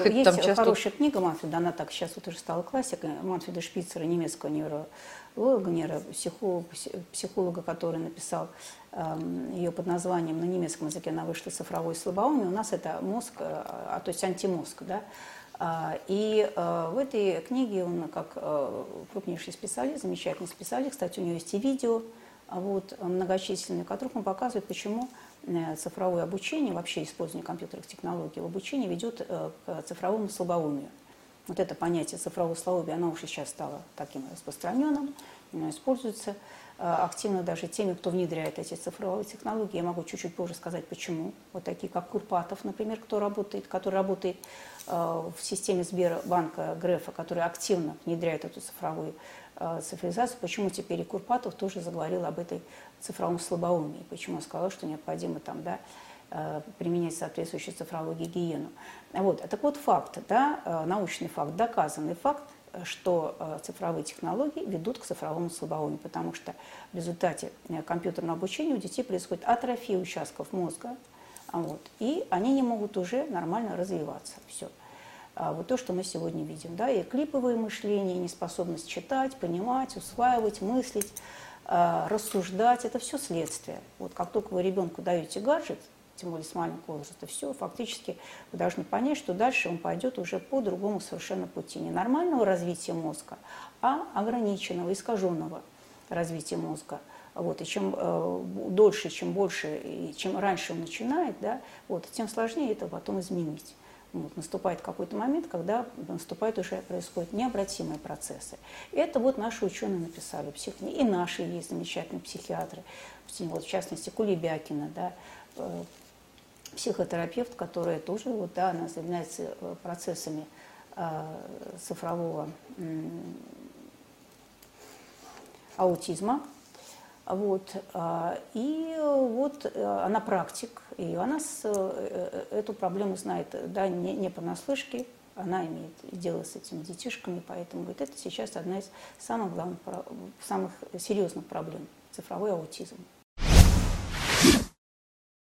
Есть хорошая книга Манфреда, она так сейчас вот уже стала классикой, Манфреда Шпицера, немецкого невролога, нейропсихолога, который написал ее под названием, на немецком языке она вышла «Цифровой слабоумие». У нас это мозг, то есть антимозг, да. И в этой книге он, как крупнейший специалист, замечательный специалист, кстати, у него есть и видео, вот, многочисленные, в которых он показывает, почему цифровое обучение, вообще использование компьютерных технологий в обучении ведет к цифровому слабоумию. Вот это понятие цифрового слабоумия, оно уже сейчас стало таким распространенным, оно используется активно даже теми, кто внедряет эти цифровые технологии. Я могу чуть-чуть позже сказать, почему. Вот такие, как Курпатов, например, который работает в системе Сбербанка Грефа, который активно внедряет эту цифровую цифровизацию. Почему теперь и Курпатов тоже заговорил об этой цифровом слабоумии. Почему он сказал, что необходимо там, да, применять соответствующую цифровую гигиену. Вот. Так вот факт, да, научный факт, доказанный факт, что цифровые технологии ведут к цифровому слабоумию, потому что в результате компьютерного обучения у детей происходит атрофия участков мозга, вот, и они не могут уже нормально развиваться. Все. Вот то, что мы сегодня видим. Да, и клиповое мышление, и неспособность читать, понимать, усваивать, мыслить, рассуждать – это все следствие. Вот как только вы ребенку даете гаджет, тем более с маленького возраста, все, фактически вы должны понять, что дальше он пойдет уже по другому совершенно пути. Не нормального развития мозга, а ограниченного, искаженного развития мозга. Вот, и чем дольше, чем больше, и чем раньше он начинает, да, вот, тем сложнее это потом изменить. Вот, наступает какой-то момент, когда происходят необратимые процессы. И это вот наши ученые написали, и наши есть замечательные психиатры, вот, в частности Кулебякина, да, психотерапевт, которая тоже, вот, да, она занимается процессами цифрового аутизма. Вот, и вот она практик, и она эту проблему знает, да, не понаслышке, она имеет дело с этими детишками, поэтому вот это сейчас одна из самых главных, самых серьезных проблем – цифровой аутизм.